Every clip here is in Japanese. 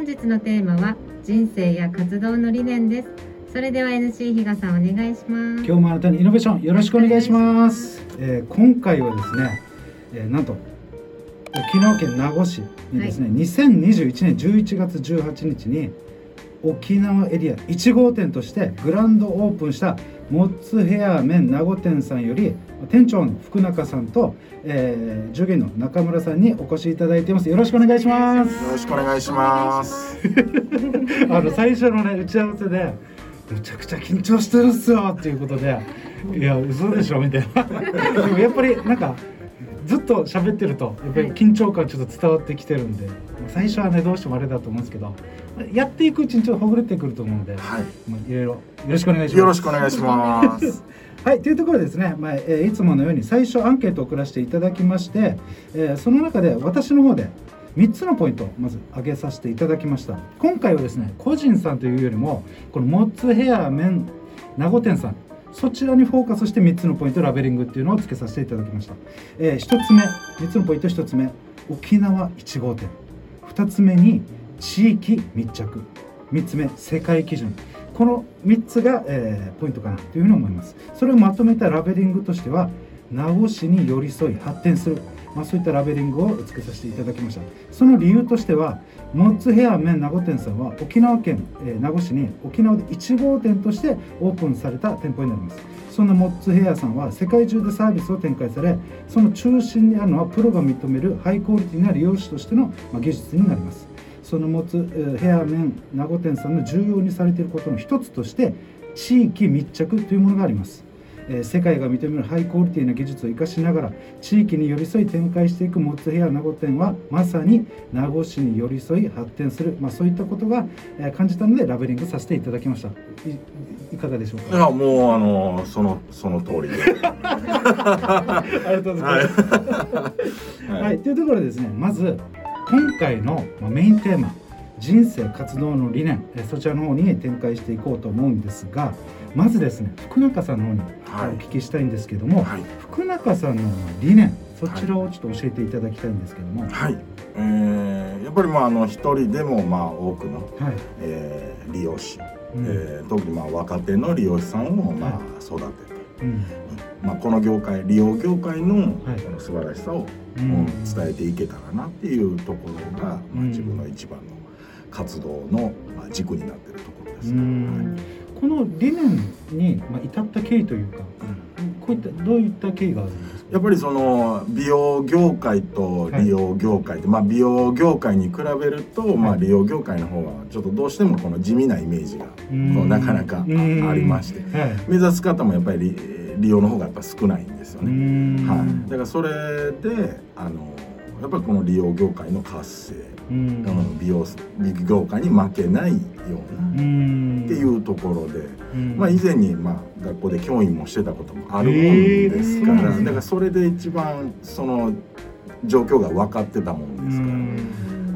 日のテーマは人生や活動の理念です。それでは NC 比嘉さんお願いします。 今日もあなたにイノベーションよろしくお願いします。今回はですね、なんと沖縄県名護市にですね、2021年11月18日に沖縄エリア1号店としてグランドオープンしたモッツヘア麺名護店さんより店長の福中さんと、従業員の中村さんにお越しいただいています。よろしくお願いします。 よろしくお願いします。 最初のね打ち合わせでめちゃくちゃ緊張してるっすよっていうことで、いや嘘でしょみたいなでもやっぱりなんかずっと喋ってるとやっぱり緊張感ちょっと伝わってきてるんで、最初はねどうしてもあれだと思うんですけど、やっていくうちにちょっとほぐれてくると思うので、はい、いろいろよろしくお願いします。 よろしくお願いしますはい、というところでですね、いつものように最初アンケートを送らせていただきまして、その中で私の方で3つのポイントをまず挙げさせていただきました。今回はですね、個人さんというよりもこのモッツヘア麺名護店さん、そちらにフォーカスして3つのポイントラベリングっていうのをつけさせていただきました。1つ目、3つのポイント。1つ目、沖縄1号店。2つ目に地域密着。3つ目、世界基準。この3つが、ポイントかなというふうに思います。それをまとめたラベリングとしては、名護市に寄り添い発展する、そういったラベリングをつけさせていただきました。その理由としては、モッツヘア麺名護店さんは沖縄県、名護市に沖縄で1号店としてオープンされた店舗になります。そのモッツヘアさんは世界中でサービスを展開され、その中心にあるのはプロが認めるハイクオリティな理容師としての技術になります。そのモッツヘア麺名護店さんの重要にされていることの一つとして地域密着というものがあります。世界が認めるハイクオリティな技術を生かしながら地域に寄り添い展開していくモッツヘア名護店はまさに名護市に寄り添い発展する、そういったことが感じたのでラベリングさせていただきました。いかがでしょうか。 いやもうその通りでありがとうございます、はい、というところでですね、まず今回のメインテーマ人生活動の理念、そちらの方に展開していこうと思うんですが、まずですね福中さんの方にお聞きしたいんですけども、はい、福中さんの理念、そちらをちょっと教えていただきたいんですけども。 はい、やっぱり一人でも多くの、利用者、特に若手の利用師さんを育てて、この業界利用業界のこの素晴らしさを伝えていけたらなっていうところが、自分の一番の活動の軸になっているところですね。 この理念に至った経緯というか、こういったどういった経緯があるんですか。 やっぱりその美容業界と利用業界って、美容業界に比べると、利用業界の方はちょっとどうしてもこの地味なイメージがなかなかありまして、目指す方もやっぱり利用の方がやっぱ少ないんですよね。だからそれでやっぱりこの利用業界の活性、美容業界に負けないようなっていうところで、以前に学校で教員もしてたこともあるもんですから、だからそれで一番その状況が分かってたもんですから、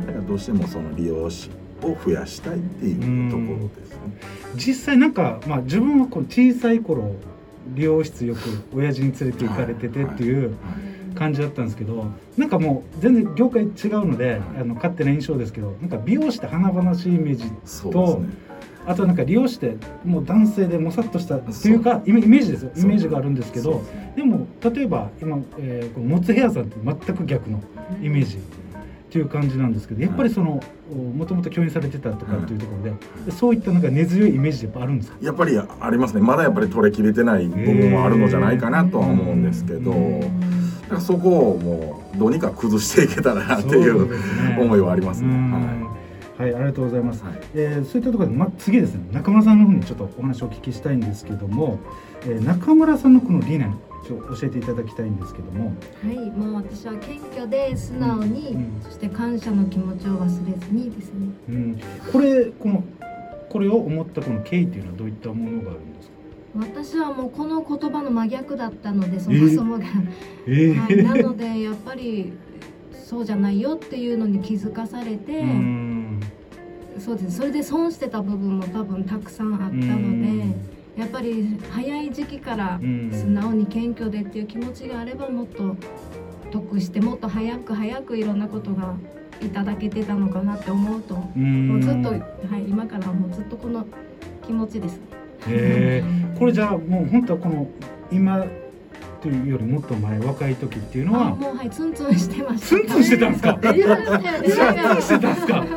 だからどうしてもその利用師を増やしたいっていうところですね。 実際なんか、自分はこう小さい頃理容室よく親父に連れて行かれててっていう感じだったんですけど、なんかもう全然業界違うので、勝手な印象ですけど、なんか美容師って華々しいイメージと、あとなんか利用師ってもう男性でもさっとしたっていうかイメージですよ、イメージがあるんですけど、でも例えば今、モッツヘアさんって全く逆のイメージっていう感じなんですけど、やっぱりそのもともと教員されてたとかっていうところで、そういったなんか根強いイメージってあるんですか。 やっぱりありますね。まだやっぱり取れきれてない部分もあるのじゃないかなとは思うんですけど、だからそこをもうどうにか崩していけたらなっていう思いはありますね。 はい、ありがとうございます。そういったところで、次ですね、中村さんの方にちょっとお話をお聞きしたいんですけども、中村さんのこの理念教えていただきたいんですけども。 はい、もう私は謙虚で素直に、そして感謝の気持ちを忘れずにですね。 これを思ったこの経緯というのはどういったものがあるんですか。 私はもうこの言葉の真逆だったので、そもそもが、なのでやっぱりそうじゃないよっていうのに気づかされて、そうです。それで損してた部分も多分たくさんあったので、やっぱり早い時期から素直に謙虚でっていう気持ちがあればもっと得してもっと早くいろんなことがいただけてたのかなって思うと、ももうずっと、はい、今からもうずっとこの気持ちですね。これじゃあもう本当はこの今というよりもっと前若い時っていうのはもうはいツンツンしてました。 ツンツンしてたんですか？ ツンツンしてたんですか？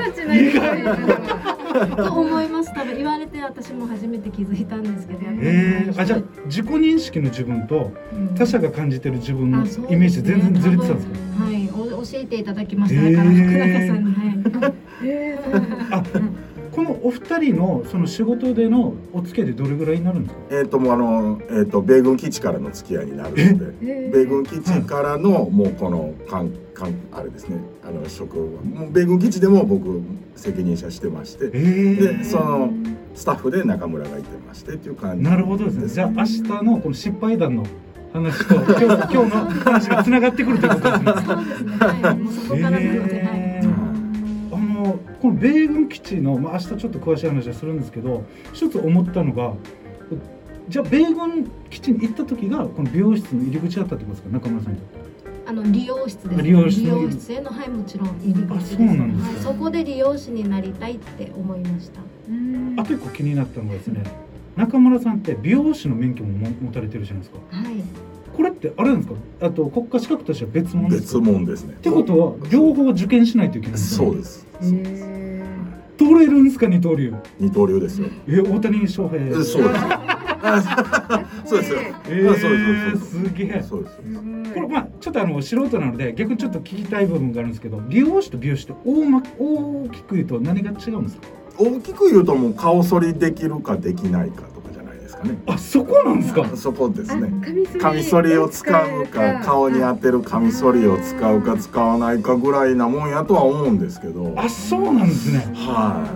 と思います。多分言われて私も初めて気づいたんですけど、 じゃあ自己認識の自分と他者が感じてる自分のイメージ全然ずれてたんですか？ はい、教えていただきました。だから福中さんに。 このお二人のその仕事でのお付き合いでどれぐらいになるんですか？ もう米軍基地からの付き合いになるので、米軍基地からのもうこのあれですね、職もう米軍基地でも僕責任者してまして、でそのスタッフで中村がいてましてっていう感じ。 なるほどですね。じゃあ明日のこの失敗談の話と今日の話がつながってくるということですね。 そうですね。はい、もうそこからなので、はい。 この米軍基地の、明日ちょっと詳しい話はするんですけど、一つ思ったのが、じゃあ米軍基地に行った時がこの美容室の入り口だったってことですか、中村さんにとって。 利用室です。 利用室への、はい、もちろん入り口です。 そうなんですか。 そこで理容師になりたいって思いました。 あと一個気になったのがですね、中村さんって美容師の免許も持たれてるじゃないですか。 はい。 これってあれなんですか？あと国家資格としては別物ですか？ 別物ですね。 ってことは両方受験しないといけないんですか？ そうです。 取れるんですか？二刀流。 二刀流ですよ。 大谷翔平。 そうです。そうですよ。そうです。 すげえ。 そうです。 これちょっと素人なので逆にちょっと聞きたい部分があるんですけど、美容師と美容師って大きく言うと何が違うんですか？ 大きく言うともう顔剃りできるかできないかとかじゃないですかね。 あ、そこなんですか？ そこですね。カミソリを使うか、顔に当てるカミソリを使うか使わないかぐらいなもんやとは思うんですけど。 あ、そうなんですね。 はい。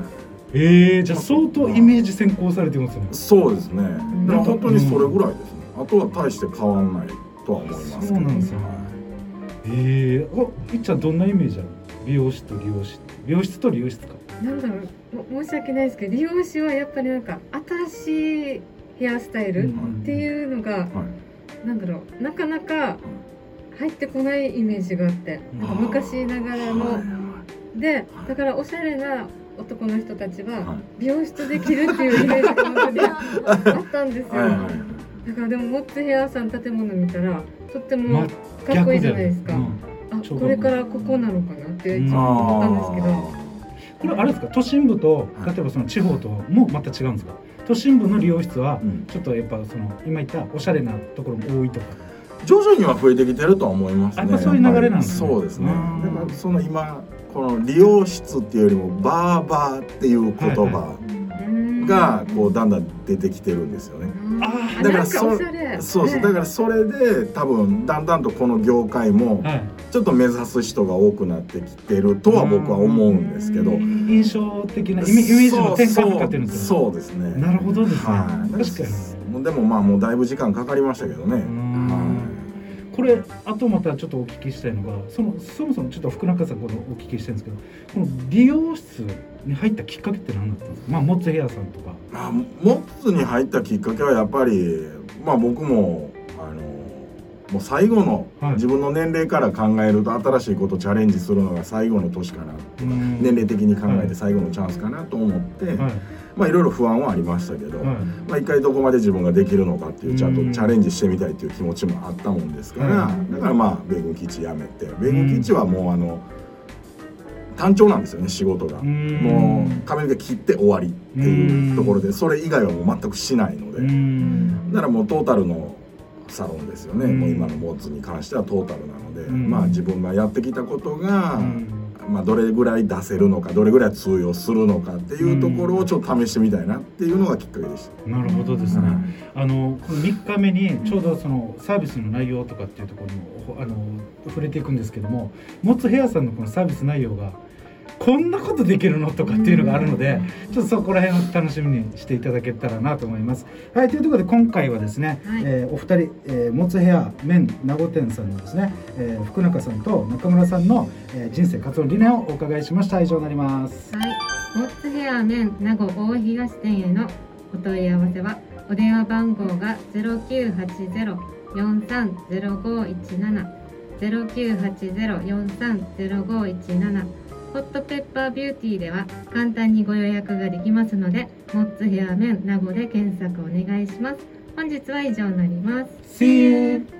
じゃあ相当イメージ先行されてますね。 そうですね。でも本当にそれぐらいですね。あとは大して変わらないとは思いますけど。 そうなんですよ。いっちゃんどんなイメージある？美容師と理容師。美容室と理容室か。 なんだろう、申し訳ないですけど、理容師はやっぱりなんか新しいヘアスタイルっていうのが、なんだろう、なかなか入ってこないイメージがあって、なんか昔ながらので、だからおしゃれな男の人たちは美容室できるっていうイメージが本当にあったんですよ。だからでもモッツヘアさん建物見たらとってもかっこいいじゃないですか。これからここなのかなって一番思ったんですけど。 これあれですか、都心部と例えばその地方ともまた違うんですか？都心部の理容室はちょっとやっぱその今言ったおしゃれなところも多いとか。 徐々には増えてきてるとは思いますね。 そういう流れなんですね。そうですね。だからその今この理容室っていうよりもバーバーっていう言葉がこうだんだん出てきてるんですよね。だからそうだからそれで多分だんだんとこの業界もちょっと目指す人が多くなってきてるとは僕は思うんですけど、 印象的なイメージの転換がかってるんですよ。 そうですね。 なるほどですね。確かに。 でももうだいぶ時間かかりましたけどね。 これあとまたちょっとお聞きしたいのが、そもそもちょっと福中さんお聞きしたいんですけど、この理容室に入ったきっかけって何だったんですか？モッツヘアさんとか。 モッツに入ったきっかけはやっぱり僕ももう最後の、自分の年齢から考えると新しいことチャレンジするのが最後の年かな、年齢的に考えて最後のチャンスかなと思って、いろいろ不安はありましたけど、一回どこまで自分ができるのかっていうちゃんとチャレンジしてみたいっていう気持ちもあったもんですから、だから米軍基地辞めて、米軍基地はもう単調なんですよね、仕事が。もう髪の毛切って終わりっていうところで、それ以外はもう全くしないので、だからもうトータルのサロンですよね。もう今のモッツに関してはトータルなので、自分がやってきたことが、どれぐらい出せるのか、どれぐらい通用するのかっていうところをちょっと試してみたいなっていうのがきっかけでした。 なるほどですね。この3日目にちょうどそのサービスの内容とかっていうところにも触れていくんですけども、モッツヘアさんのこのサービス内容がこんなことできるのとかっていうのがあるので、ちょっとそこら辺を楽しみにしていただけたらなと思います。はい、というところで今回はですね、お二人、モッツヘアメン名護店さんのですね、福中さんと中村さんの、人生活動理念をお伺いしました。以上になります。 はい、モッツヘアメン名護大東店へのお問い合わせはお電話番号が0980-430517 0980-430517ホットペッパービューティーでは簡単にご予約ができますので、モッツヘアメン名護で検索お願いします。本日は以上になります。 See you!